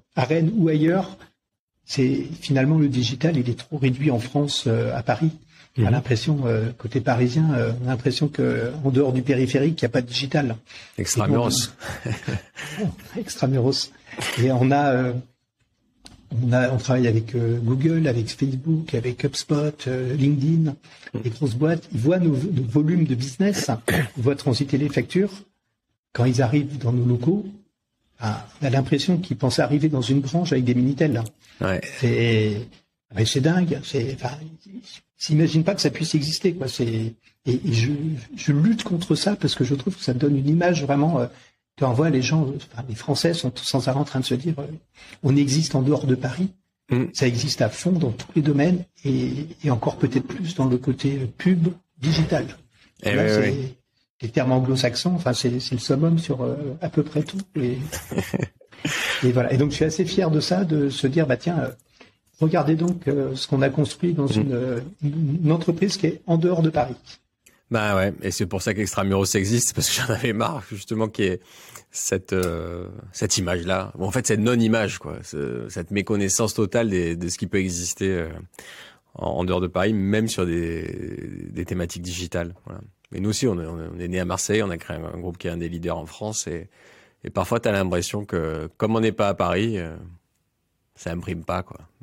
à Rennes ou ailleurs, c'est finalement le digital, il est trop réduit en France, à Paris. On a l'impression, côté parisien, on a l'impression qu'en dehors du périphérique, il n'y a pas de digital. Extramuros. Extramuros. Et on travaille avec Google, avec Facebook, avec HubSpot, LinkedIn, les grosses boîtes. Ils voient nos volumes de business, ils voient transiter les factures. Quand ils arrivent dans nos locaux, on a l'impression qu'ils pensent arriver dans une branche avec des Minitel. Ouais. C'est dingue. Ils s'imaginent pas que ça puisse exister, quoi. Et je lutte contre ça parce que je trouve que ça donne une image vraiment. Quand on voit les gens, les Français sont sans arrêt en train de se dire, on existe en dehors de Paris. Ça existe à fond dans tous les domaines et encore peut-être plus dans le côté pub digital. Là, les termes anglo-saxons, c'est le summum sur à peu près tout. Et voilà. Et donc je suis assez fier de ça, de se dire, tiens, regardez donc ce qu'on a construit dans une entreprise qui est en dehors de Paris. Bah ouais, et c'est pour ça qu'Extramuros existe, parce que j'en avais marre justement qu'il y ait cette image-là, ou en fait cette non-image, quoi, cette méconnaissance totale de ce qui peut exister en dehors de Paris, même sur des thématiques digitales. Voilà. Mais nous aussi, on est né à Marseille, on a créé un groupe qui est un des leaders en France, et parfois t'as l'impression que comme on n'est pas à Paris, ça imprime pas, quoi.